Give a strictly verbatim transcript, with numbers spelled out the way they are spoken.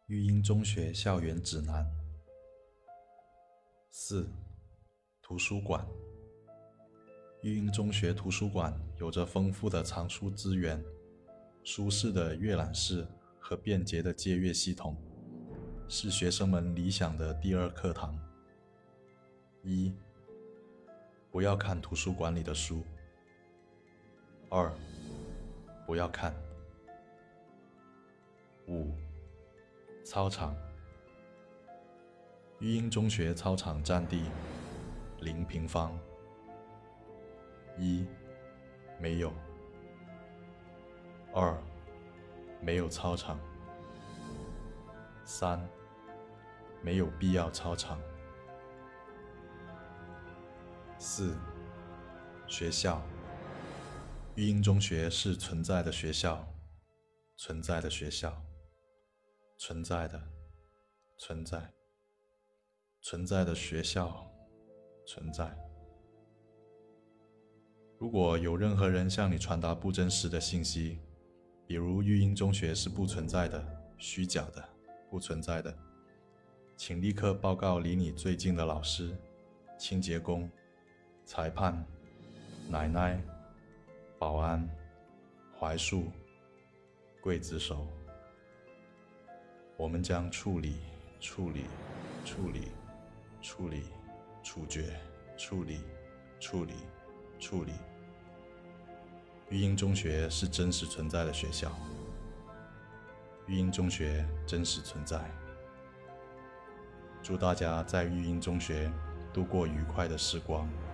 育英中学校园指南。四、图书馆。育英中学图书馆有着丰富的藏书资源、舒适的阅览室和便捷的借阅系统，是学生们理想的第二课堂。一、不要看图书馆里的书。二、不要看。五、操场。育英中学操场占地零平方。一、没有。二、没有操场。三、没有必要操场。四、学校。育英中学是存在的学校，存在的学校，存在的，存在，存在的学校，存在。如果有任何人向你传达不真实的信息，比如育英中学是不存在的、虚假的、不存在的，请立刻报告离你最近的老师、清洁工、裁判、奶奶、保安、槐树、刽子手。我们将处理、处理、处理、处理、处决、处理、处理、处理。育英中学是真实存在的学校，育英中学真实存在。祝大家在育英中学度过愉快的时光。